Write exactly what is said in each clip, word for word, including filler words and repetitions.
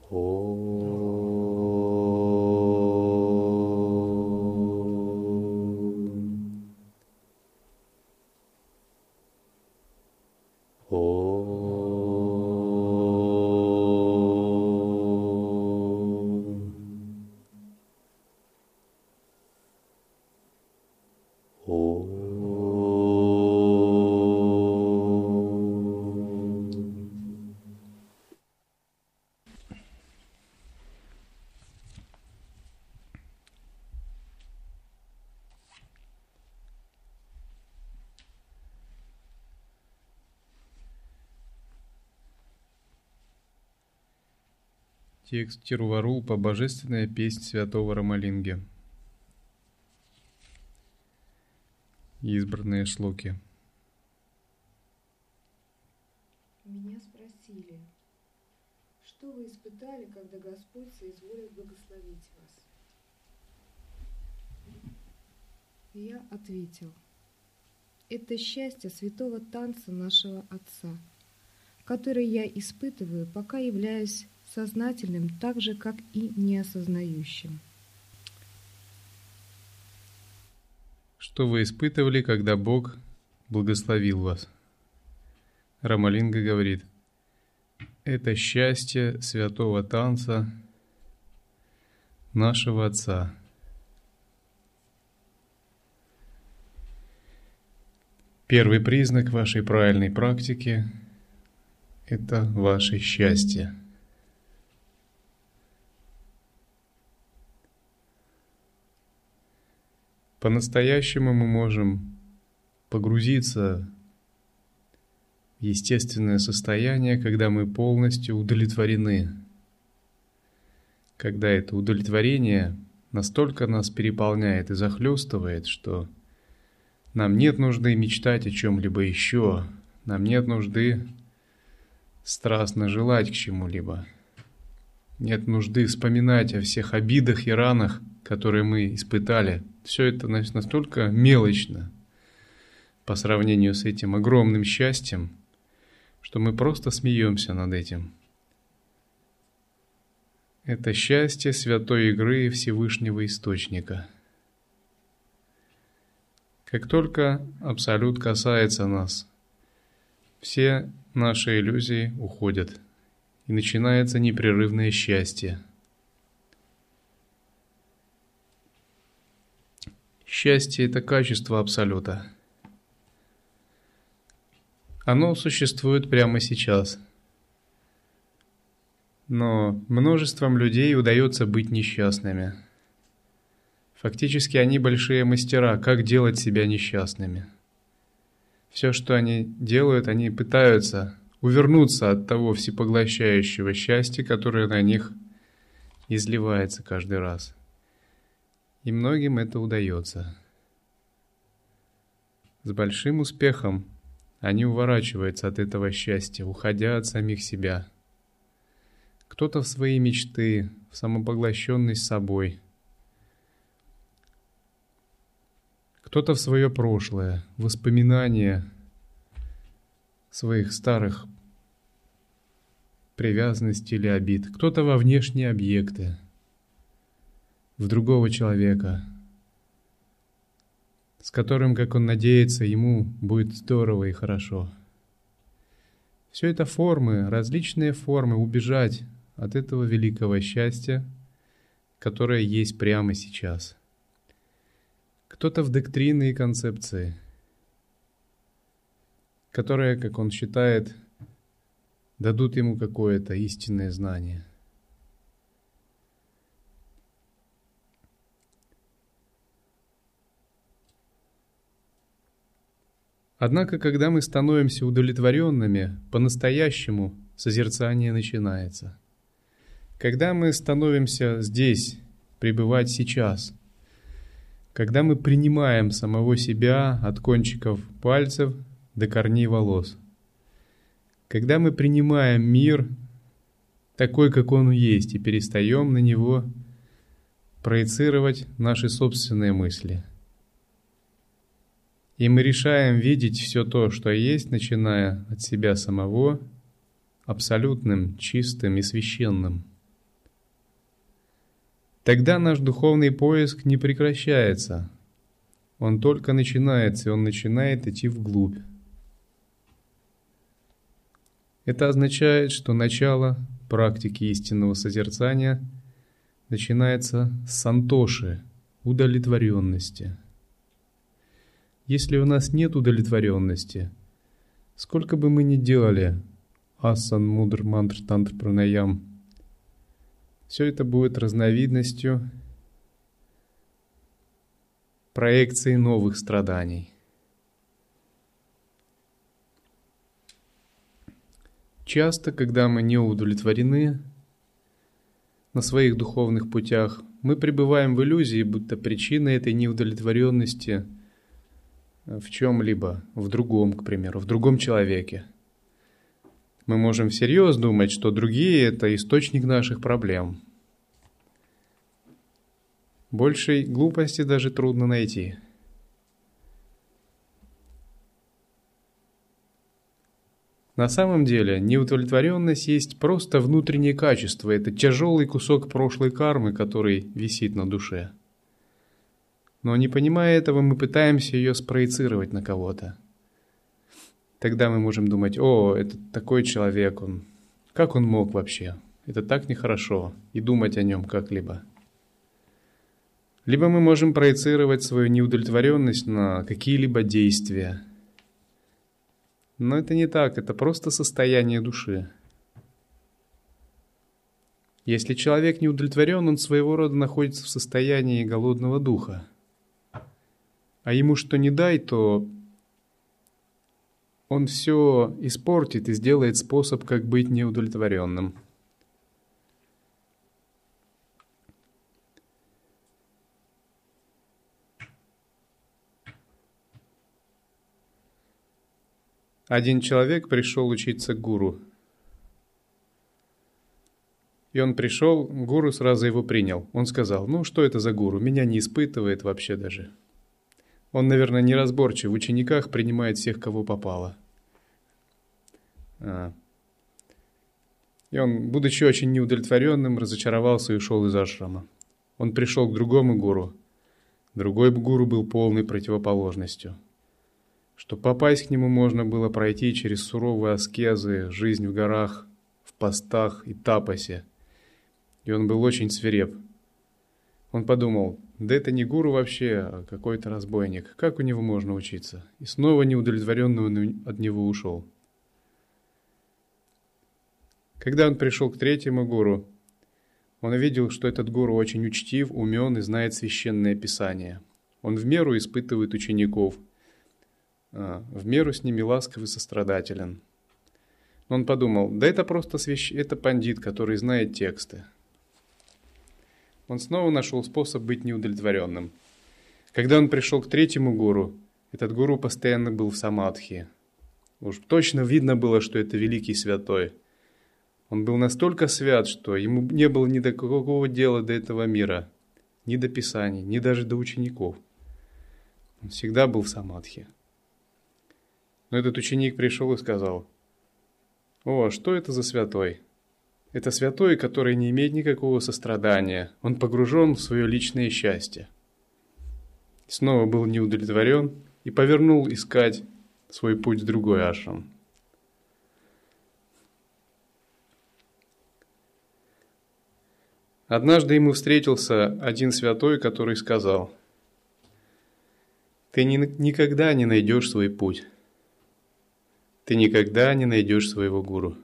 Текст Тируварупа, божественная песнь святого Рамалинги. Избранные шлоки. Меня спросили, что вы испытали, когда Господь соизволил благословить вас? И я ответил, это счастье святого танца нашего Отца, который я испытываю, пока являюсь сознательным, так же, как и неосознающим. Что вы испытывали, когда Бог благословил вас? Рамалинга говорит, это счастье святого танца нашего Отца. Первый признак вашей правильной практики – это ваше счастье. По-настоящему мы можем погрузиться в естественное состояние, когда мы полностью удовлетворены. Когда это удовлетворение настолько нас переполняет и захлестывает, что нам нет нужды мечтать о чем-либо еще, нам нет нужды страстно желать к чему-либо, нет нужды вспоминать о всех обидах и ранах, которые мы испытали. Все это настолько мелочно по сравнению с этим огромным счастьем, что мы просто смеемся над этим. Это счастье святой игры Всевышнего Источника. Как только Абсолют касается нас, все наши иллюзии уходят, и начинается непрерывное счастье. Счастье – это качество Абсолюта. Оно существует прямо сейчас. Но множеством людей удается быть несчастными. Фактически они большие мастера, как делать себя несчастными. Все, что они делают, они пытаются увернуться от того всепоглощающего счастья, которое на них изливается каждый раз. И многим это удается. С большим успехом они уворачиваются от этого счастья, уходя от самих себя. Кто-то в свои мечты, в самопоглощенность собой. Кто-то в свое прошлое, воспоминания своих старых привязанностей или обид. Кто-то во внешние объекты, в другого человека, с которым, как он надеется, ему будет здорово и хорошо. Все это формы, различные формы убежать от этого великого счастья, которое есть прямо сейчас. Кто-то в доктрины и концепции, которые, как он считает, дадут ему какое-то истинное знание. Однако, когда мы становимся удовлетворенными, по-настоящему созерцание начинается. Когда мы становимся здесь, пребывать сейчас, когда мы принимаем самого себя от кончиков пальцев до корней волос, когда мы принимаем мир такой, как он есть, и перестаем на него проецировать наши собственные мысли. И мы решаем видеть все то, что есть, начиная от себя самого, абсолютным, чистым и священным. тогда наш духовный поиск не прекращается. Он только начинается, и он начинает идти вглубь. Это означает, что начало практики истинного созерцания начинается с сантоши, удовлетворенности. Если у нас нет удовлетворенности, сколько бы мы ни делали асан, мудр, мантр, тантр, пранаям, все это будет разновидностью проекции новых страданий. Часто, когда мы не удовлетворены на своих духовных путях, мы пребываем в иллюзии, будто причина этой неудовлетворенности в чем-либо, в другом, к примеру, в другом человеке. Мы можем всерьез думать, что другие – это источник наших проблем. Большей глупости даже трудно найти. На самом деле, неудовлетворенность есть просто внутреннее качество. Это тяжелый кусок прошлой кармы, который висит на душе. Но не понимая этого, мы пытаемся ее спроецировать на кого-то. Тогда мы можем думать: о, это такой человек, он, как он мог вообще? Это так нехорошо, и думать о нем как-либо. Либо мы можем проецировать свою неудовлетворенность на какие-либо действия. Но это не так, это просто состояние души. Если человек не удовлетворен, он своего рода находится в состоянии голодного духа. А ему что ни дай, то он все испортит и сделает способ, как быть неудовлетворенным. Один человек пришел учиться к гуру. И он пришел, гуру сразу его принял. Он сказал: ну что это за гуру? Меня не испытывает вообще даже. Он, наверное, неразборчив, в учениках принимает всех, кого попало. А. И он, будучи очень неудовлетворенным, разочаровался и ушел из ашрама. Он пришел к другому гуру. Другой гуру был полной противоположностью. Чтобы попасть к нему, можно было пройти через суровые аскезы, жизнь в горах, в постах и тапасе. И он был очень свиреп. Он подумал: да это не гуру вообще, а какой-то разбойник. Как у него можно учиться? И снова неудовлетворенный он от него ушел. Когда он пришел к третьему гуру, он увидел, что этот гуру очень учтив, умен и знает священное писание. Он в меру испытывает учеников, в меру с ними ласков и сострадателен. Он подумал: да это просто свящ... это пандит, который знает тексты. Он снова нашел способ быть неудовлетворенным. Когда он пришел к третьему гуру, этот гуру постоянно был в самадхи. Уж точно видно было, что это великий святой. Он был настолько свят, что ему не было ни до какого дела до этого мира, ни до писаний, ни даже до учеников. Он всегда был в самадхи. Но этот ученик пришел и сказал: о, что это за святой? Это святой, который не имеет никакого сострадания. Он погружен в свое личное счастье. Снова был неудовлетворен и повернул искать свой путь в другой ашрам. Однажды ему встретился один святой, который сказал: ты ни, никогда не найдешь свой путь. Ты никогда не найдешь своего гуру.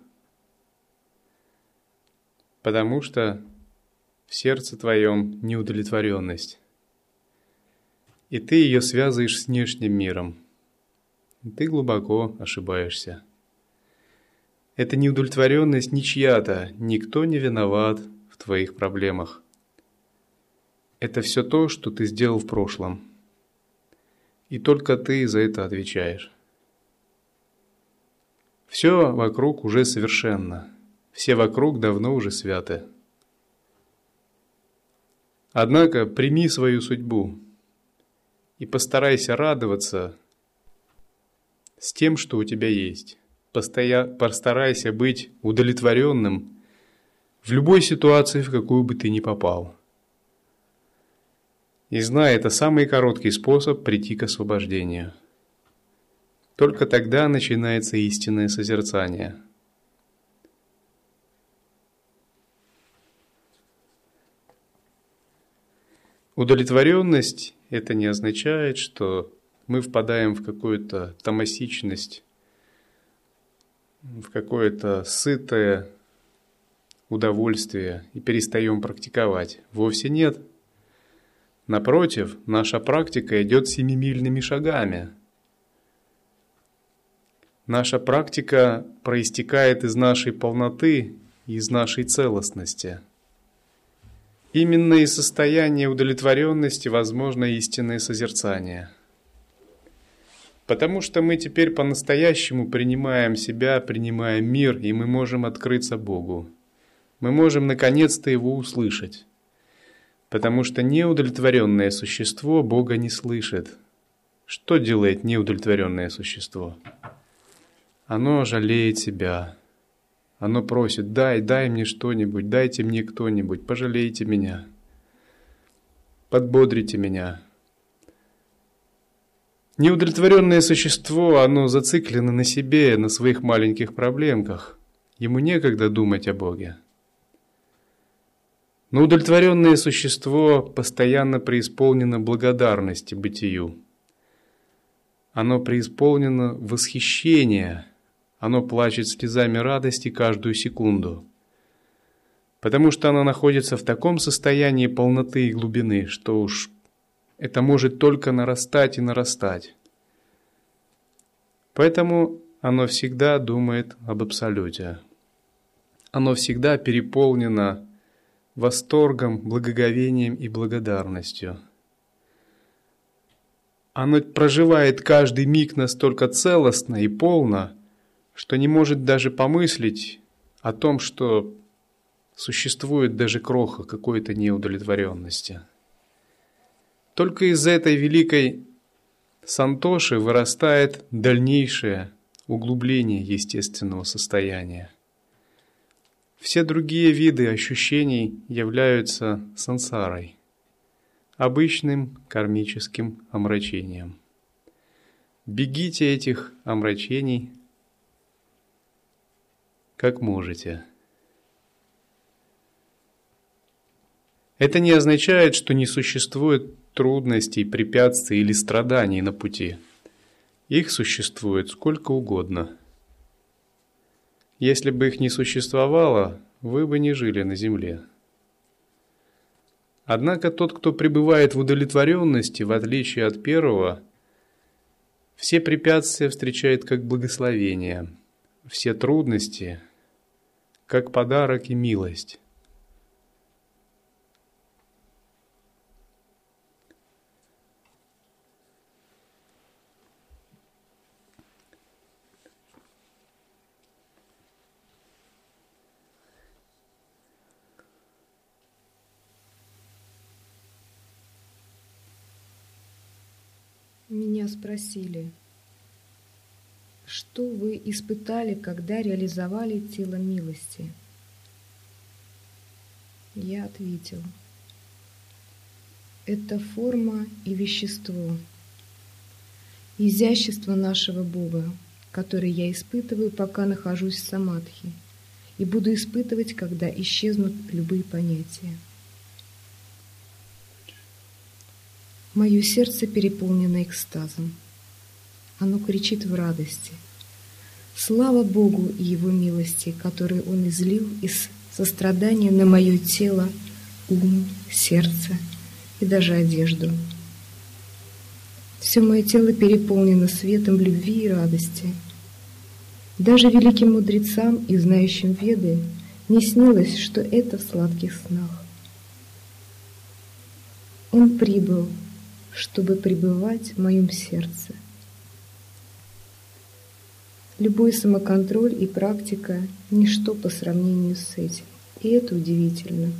Потому что в сердце твоем неудовлетворенность. И ты ее связываешь с внешним миром. Ты глубоко ошибаешься. Эта неудовлетворенность не чья-то, никто не виноват в твоих проблемах. Это все то, что ты сделал в прошлом. И только ты за это отвечаешь. Все вокруг уже совершенно. Все вокруг давно уже святы. Однако прими свою судьбу и постарайся радоваться с тем, что у тебя есть. Постоя... Постарайся быть удовлетворенным в любой ситуации, в какую бы ты ни попал. И знай, это самый короткий способ прийти к освобождению. Только тогда начинается истинное созерцание. Удовлетворенность – это не означает, что мы впадаем в какую-то томасичность, в какое-то сытое удовольствие и перестаем практиковать. Вовсе нет. Напротив, наша практика идет семимильными шагами. Наша практика проистекает из нашей полноты, из нашей целостности. Именно из состояния удовлетворенности возможно истинное созерцание. Потому что мы теперь по-настоящему принимаем себя, принимаем мир, и мы можем открыться Богу. Мы можем наконец-то Его услышать. Потому что неудовлетворенное существо Бога не слышит. Что делает неудовлетворенное существо? Оно жалеет себя. Оно просит: дай, дай мне что-нибудь, дайте мне кто-нибудь, пожалейте меня, подбодрите меня. Неудовлетворенное существо, оно зациклено на себе, на своих маленьких проблемках. Ему некогда думать о Боге. Но удовлетворенное существо постоянно преисполнено благодарности бытию. Оно преисполнено восхищения. Оно плачет слезами радости каждую секунду, потому что оно находится в таком состоянии полноты и глубины, что уж это может только нарастать и нарастать. Поэтому оно всегда думает об Абсолюте. Оно всегда переполнено восторгом, благоговением и благодарностью. Оно проживает каждый миг настолько целостно и полно, что не может даже помыслить о том, что существует даже кроха какой-то неудовлетворенности. Только из этой великой сантоши вырастает дальнейшее углубление естественного состояния. Все другие виды ощущений являются сансарой, обычным кармическим омрачением. Бегите этих омрачений как можете. Это не означает, что не существует трудностей, препятствий или страданий на пути. Их существует сколько угодно. Если бы их не существовало, вы бы не жили на земле. Однако тот, кто пребывает в удовлетворенности, в отличие от первого, все препятствия встречает как благословение, все трудности – как подарок и милость. Меня спросили, что вы испытали, когда реализовали тело милости? Я ответил, это форма и вещество, изящество нашего Бога, которое я испытываю, пока нахожусь в самадхи, и буду испытывать, когда исчезнут любые понятия. Мое сердце переполнено экстазом. Оно кричит в радости. Слава Богу и Его милости, которую Он излил из сострадания на мое тело, ум, сердце и даже одежду. Все мое тело переполнено светом любви и радости. Даже великим мудрецам и знающим Веды не снилось, что это в сладких снах. Он прибыл, чтобы пребывать в моем сердце. Любой самоконтроль и практика – ничто по сравнению с этим, и это удивительно.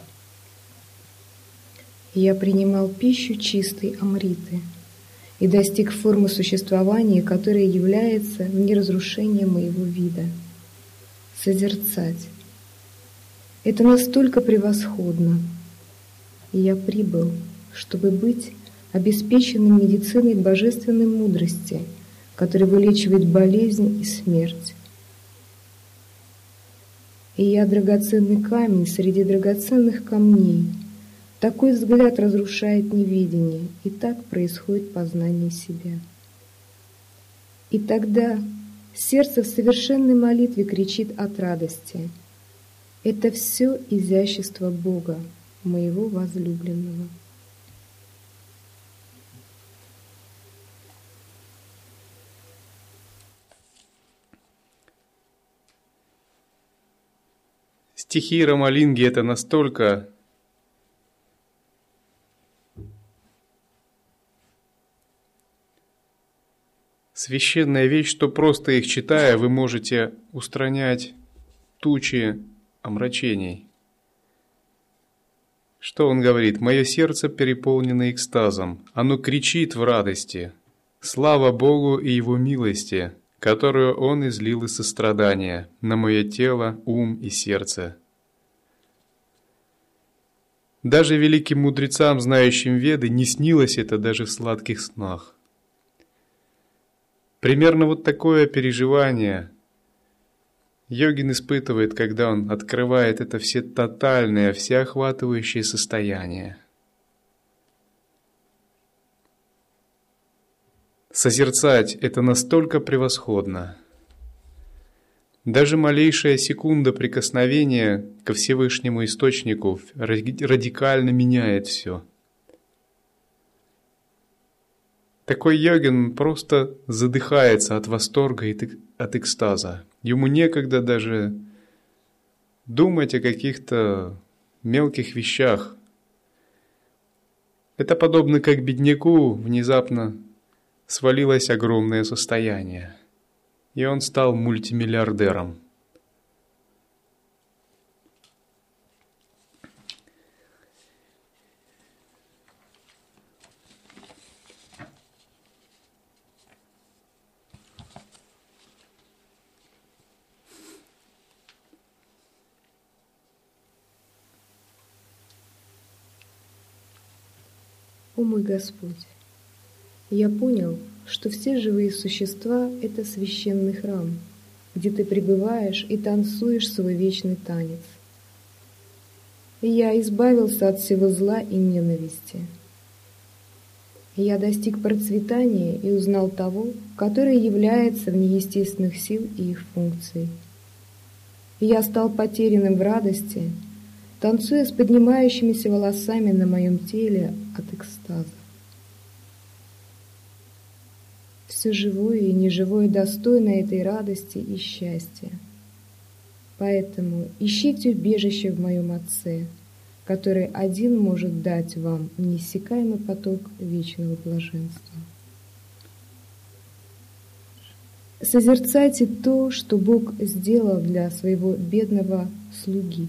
Я принимал пищу чистой амриты и достиг формы существования, которая является вне разрушения моего вида. Созерцать. Это настолько превосходно, и я прибыл, чтобы быть обеспеченным медициной божественной мудрости, которая вылечивает болезнь и смерть. И я драгоценный камень среди драгоценных камней. Такой взгляд разрушает неведение, и так происходит познание себя. И тогда сердце в совершенной молитве кричит от радости: «Это все изящество Бога, моего возлюбленного». Стихи Рамалинги — это настолько священная вещь, что просто их читая, вы можете устранять тучи омрачений. Что он говорит? «Мое сердце переполнено экстазом, оно кричит в радости. Слава Богу и Его милости, которую Он излил из сострадания на мое тело, ум и сердце». Даже великим мудрецам, знающим Веды, не снилось это даже в сладких снах. Примерно вот такое переживание йогин испытывает, когда он открывает это все тотальное, всеохватывающее состояние. Созерцать это настолько превосходно. Даже малейшая секунда прикосновения ко Всевышнему Источнику радикально меняет все. Такой йогин просто задыхается от восторга и от экстаза. Ему некогда даже думать о каких-то мелких вещах. Это подобно как бедняку внезапно свалилось огромное состояние, и он стал мультимиллиардером. О мой Господь, я понял, что все живые существа — это священный храм, где Ты пребываешь и танцуешь свой вечный танец. И я избавился от всего зла и ненависти. Я достиг процветания и узнал того, который является вне естественных сил и их функций. И я стал потерянным в радости, танцуя с поднимающимися волосами на моем теле от экстаза. Все живое и неживое достойно этой радости и счастья. Поэтому ищите убежище в моем Отце, который один может дать вам неиссякаемый поток вечного блаженства. Созерцайте то, что Бог сделал для своего бедного слуги.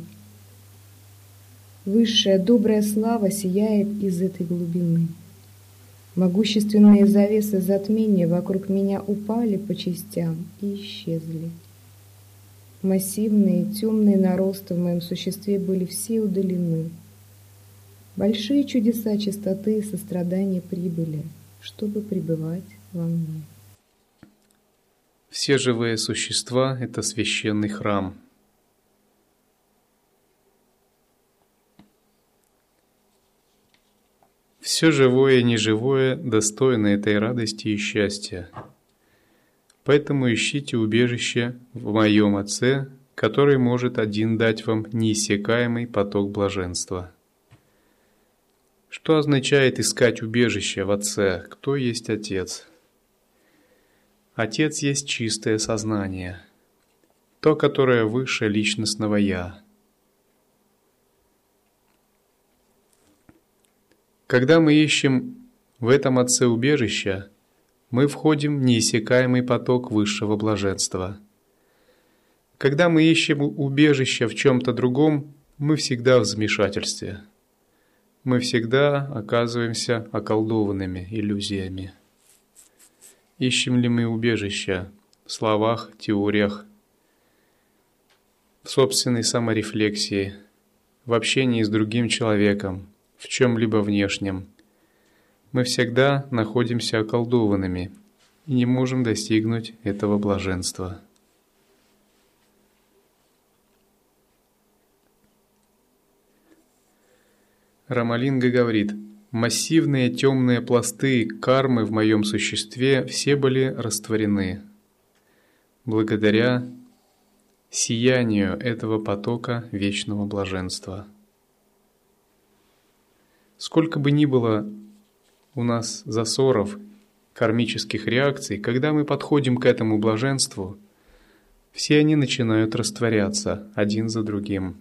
Высшая добрая слава сияет из этой глубины. Могущественные завесы затмения вокруг меня упали по частям и исчезли. Массивные темные наросты в моем существе были все удалены. Большие чудеса чистоты и сострадания прибыли, чтобы пребывать во мне. Все живые существа — это священный храм. Все живое и неживое достойно этой радости и счастья. Поэтому ищите убежище в моем Отце, который может один дать вам неиссякаемый поток блаженства. Что означает искать убежище в Отце? Кто есть Отец? Отец есть чистое сознание, то, которое выше личностного «я». Когда мы ищем в этом Отце убежища, мы входим в неиссякаемый поток высшего блаженства. Когда мы ищем убежище в чем-то другом, мы всегда в замешательстве. Мы всегда оказываемся околдованными иллюзиями. Ищем ли мы убежище в словах, теориях, в собственной саморефлексии, в общении с другим человеком, в чем-либо внешнем. Мы всегда находимся околдованными и не можем достигнуть этого блаженства. Рамалинга говорит: массивные темные пласты кармы в моем существе все были растворены благодаря сиянию этого потока вечного блаженства. Сколько бы ни было у нас засоров, кармических реакций, когда мы подходим к этому блаженству, все они начинают растворяться один за другим.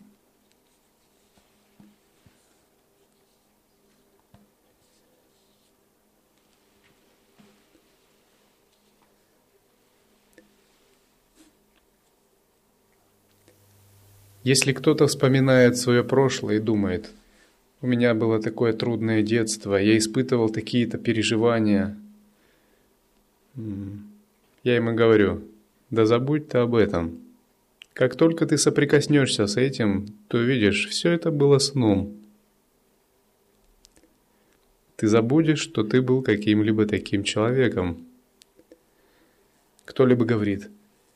Если кто-то вспоминает свое прошлое и думает: у меня было такое трудное детство, я испытывал такие-то переживания, я ему говорю: да забудь ты об этом. Как только ты соприкоснешься с этим, то увидишь, все это было сном. Ты забудешь, что ты был каким-либо таким человеком. Кто-либо говорит: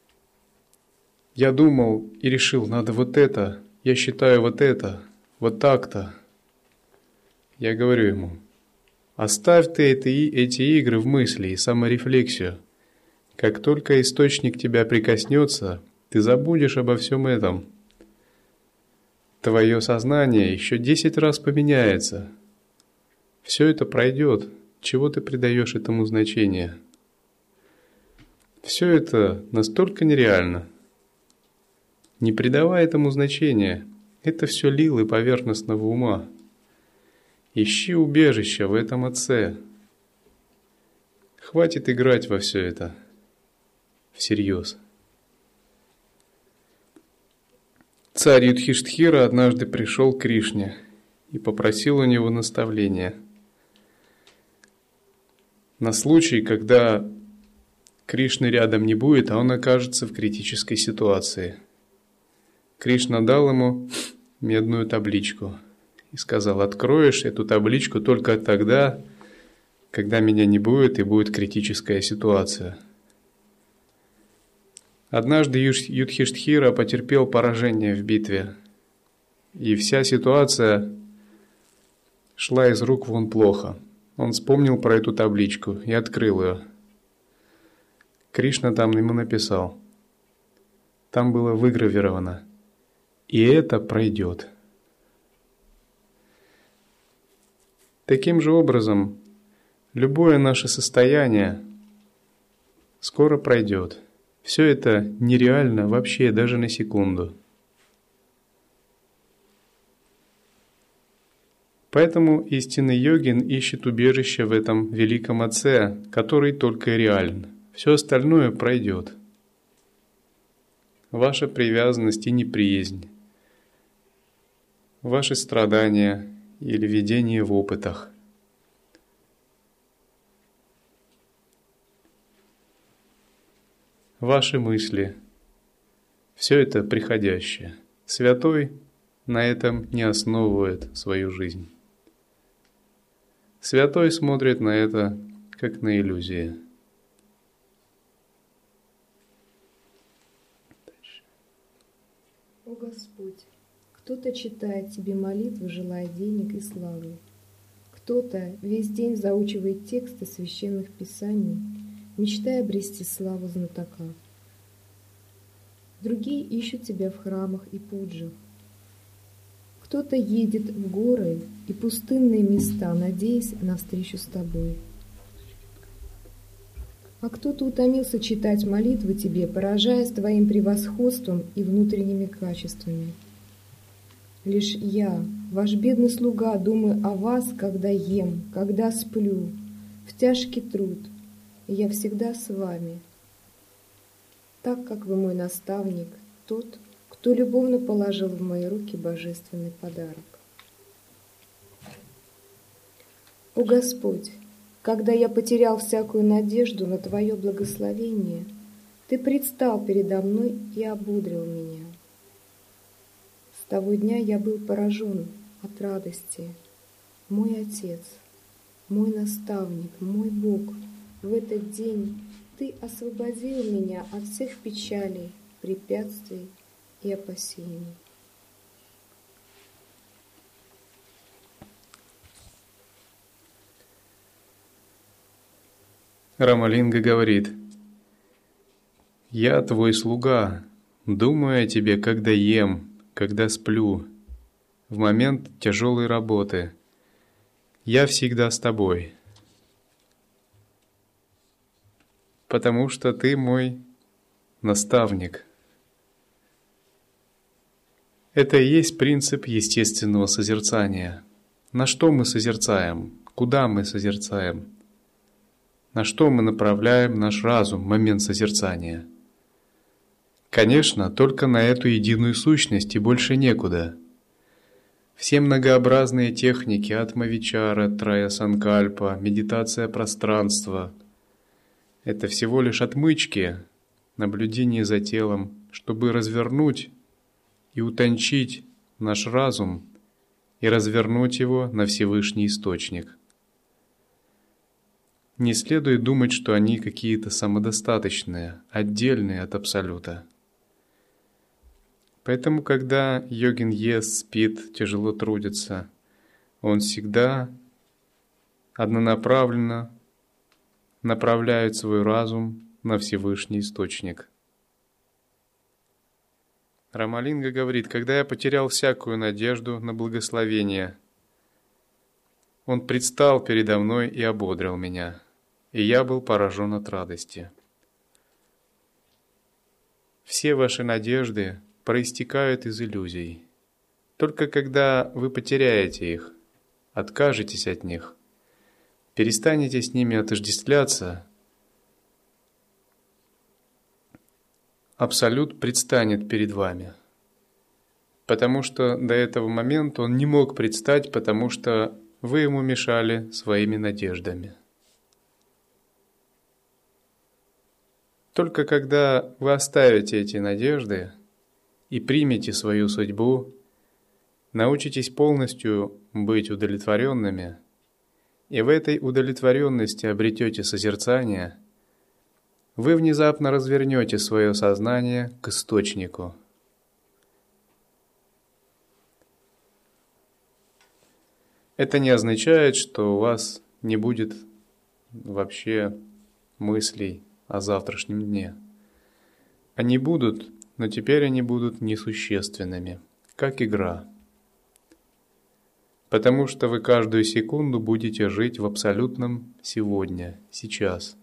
я думал и решил, надо вот это, я считаю вот это, вот так-то. Я говорю ему: оставь ты это, эти игры в мысли и саморефлексию. Как только источник тебя прикоснется, ты забудешь обо всем этом. Твое сознание еще десять раз поменяется. Все это пройдет. Чего ты придаешь этому значение? Все это настолько нереально. Не придавай этому значения. Это все лилы поверхностного ума. Ищи убежище в этом Отце. Хватит играть во все это всерьез. Царь Юдхиштхира однажды пришел к Кришне и попросил у него наставления на случай, когда Кришны рядом не будет, а он окажется в критической ситуации. Кришна дал ему медную табличку и сказал: откроешь эту табличку только тогда, когда меня не будет и будет критическая ситуация. Однажды Юдхиштхира потерпел поражение в битве, и вся ситуация шла из рук вон плохо. Он вспомнил про эту табличку и открыл ее. Кришна там ему написал. Там было выгравировано: и это пройдет. Таким же образом, любое наше состояние скоро пройдет. Все это нереально вообще даже на секунду. Поэтому истинный йогин ищет убежище в этом великом Отце, который только и реален. Все остальное пройдет. Ваша привязанность и неприязнь, ваши страдания или видение в опытах. Ваши мысли – все это приходящее. Святой на этом не основывает свою жизнь. Святой смотрит на это, как на иллюзии. О Господь, кто-то читает тебе молитвы, желая денег и славы. Кто-то весь день заучивает тексты священных писаний, мечтая обрести славу знатока. Другие ищут тебя в храмах и пуджах. Кто-то едет в горы и пустынные места, надеясь на встречу с тобой. А кто-то утомился читать молитвы тебе, поражаясь твоим превосходством и внутренними качествами. Лишь я, ваш бедный слуга, думаю о вас, когда ем, когда сплю, в тяжкий труд, и я всегда с вами, так как вы мой наставник, тот, кто любовно положил в мои руки божественный подарок. О Господь, когда я потерял всякую надежду на Твое благословение, Ты предстал передо мной и ободрил меня. С того дня я был поражен от радости. Мой Отец, мой наставник, мой Бог, в этот день Ты освободил меня от всех печалей, препятствий и опасений. Рамалинга говорит: «Я твой слуга, думаю о тебе, когда ем, когда сплю, в момент тяжелой работы. Я всегда с тобой, потому что ты мой наставник». Это и есть принцип естественного созерцания. На что мы созерцаем? Куда мы созерцаем? На что мы направляем наш разум в момент созерцания? Конечно, только на эту единую сущность и больше некуда. Все многообразные техники атма-вичара, трая-санкальпа, медитация пространства – это всего лишь отмычки, наблюдение за телом, чтобы развернуть и утончить наш разум и развернуть его на Всевышний Источник. Не следует думать, что они какие-то самодостаточные, отдельные от Абсолюта. Поэтому, когда йогин ест, спит, тяжело трудится, он всегда однонаправленно направляет свой разум на Всевышний Источник. Рамалинга говорит: когда я потерял всякую надежду на благословение, Он предстал передо мной и ободрил меня, и я был поражен от радости. Все ваши надежды проистекают из иллюзий. Только когда вы потеряете их, откажетесь от них, перестанете с ними отождествляться, Абсолют предстанет перед вами. Потому что до этого момента он не мог предстать, потому что вы ему мешали своими надеждами. Только когда вы оставите эти надежды и примете свою судьбу, научитесь полностью быть удовлетворенными, и в этой удовлетворенности обретете созерцание, вы внезапно развернете свое сознание к Источнику. Это не означает, что у вас не будет вообще мыслей о завтрашнем дне. Они будут, но теперь они будут несущественными, как игра. Потому что вы каждую секунду будете жить в абсолютном сегодня, сейчас.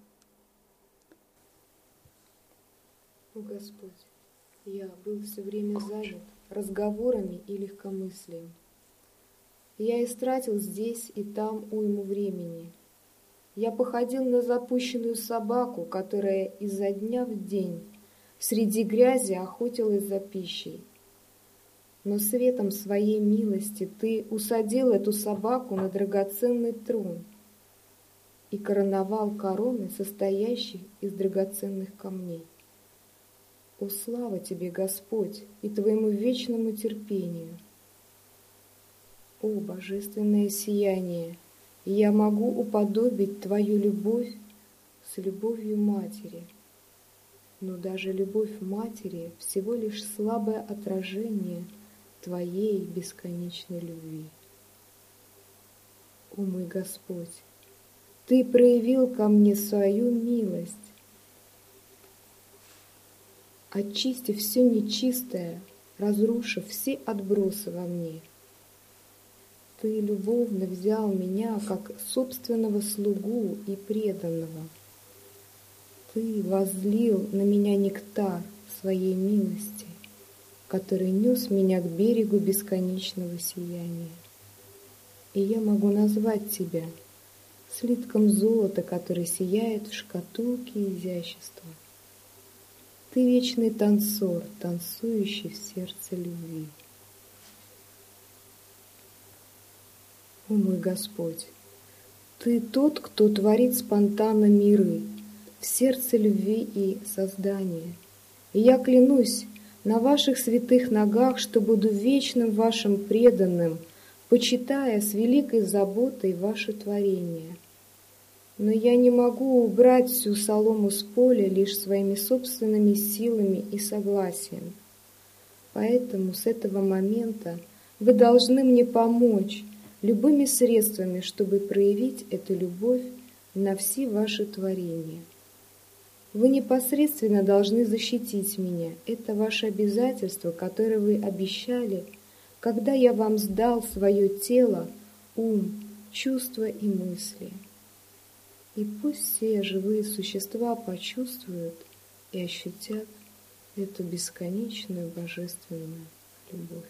О Господь, я был все время занят разговорами и легкомыслием. Я истратил здесь и там уйму времени. Я походил на запущенную собаку, которая изо дня в день среди грязи охотилась за пищей. Но светом своей милости Ты усадил эту собаку на драгоценный трон и короновал короной, состоящей из драгоценных камней. О, слава Тебе, Господь, и Твоему вечному терпению! О, божественное сияние! Я могу уподобить Твою любовь с любовью матери, но даже любовь матери всего лишь слабое отражение Твоей бесконечной любви. О, мой Господь, Ты проявил ко мне свою милость, очистив все нечистое, разрушив все отбросы во мне. Ты любовно взял меня как собственного слугу и преданного. Ты возлил на меня нектар своей милости, который нес меня к берегу бесконечного сияния. И я могу назвать тебя слитком золота, который сияет в шкатулке изящества. Ты вечный танцор, танцующий в сердце любви. О мой Господь, Ты тот, кто творит спонтанно миры в сердце любви и создания. И я клянусь на Ваших святых ногах, что буду вечным Вашим преданным, почитая с великой заботой ваше творение. Но я не могу убрать всю солому с поля лишь своими собственными силами и согласием. Поэтому с этого момента вы должны мне помочь любыми средствами, чтобы проявить эту любовь на все ваши творения. Вы непосредственно должны защитить меня. Это ваше обязательство, которое вы обещали, когда я вам сдал свое тело, ум, чувства и мысли. И пусть все живые существа почувствуют и ощутят эту бесконечную божественную любовь.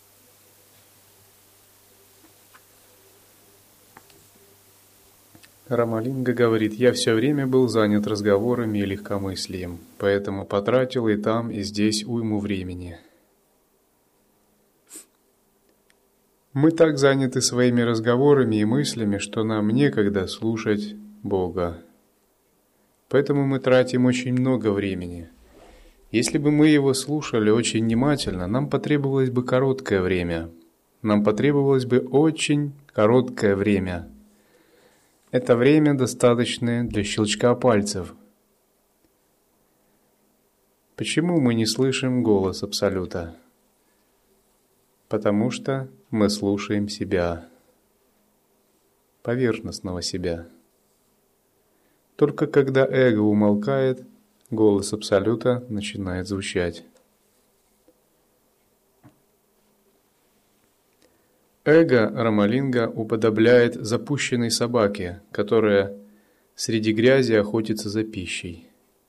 Рамалинга говорит: «Я все время был занят разговорами и легкомыслием, поэтому потратил и там, и здесь уйму времени. Мы так заняты своими разговорами и мыслями, что нам некогда слушать Бога. Поэтому мы тратим очень много времени. Если бы мы Его слушали очень внимательно, нам потребовалось бы короткое время. Нам потребовалось бы очень короткое время. Это время достаточное для щелчка пальцев. Почему мы не слышим голос Абсолюта? Потому что мы слушаем себя, поверхностного себя. Только когда эго умолкает, голос Абсолюта начинает звучать. Эго Рамалинга уподобляет запущенной собаке, которая среди грязи охотится за пищей.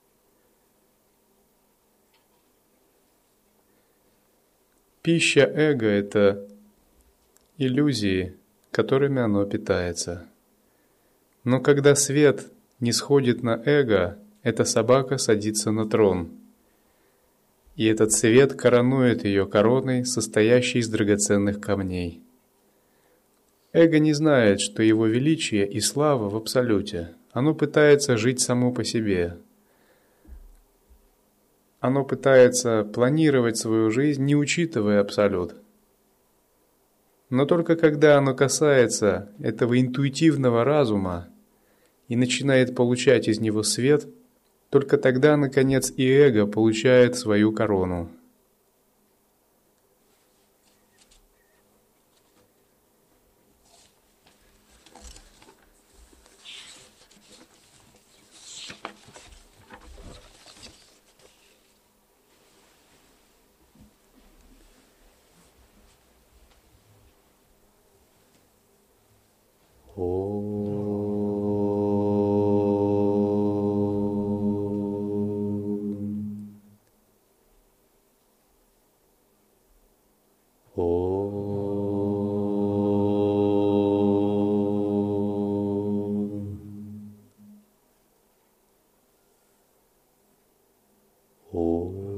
Пища эго – это иллюзии, которыми оно питается. Но когда свет не сходит на эго, эта собака садится на трон. И этот свет коронует ее короной, состоящей из драгоценных камней. Эго не знает, что его величие и слава в Абсолюте. Оно пытается жить само по себе. Оно пытается планировать свою жизнь, не учитывая Абсолют. Но только когда оно касается этого интуитивного разума и начинает получать из него свет, только тогда, наконец, и эго получает свою корону. Oh.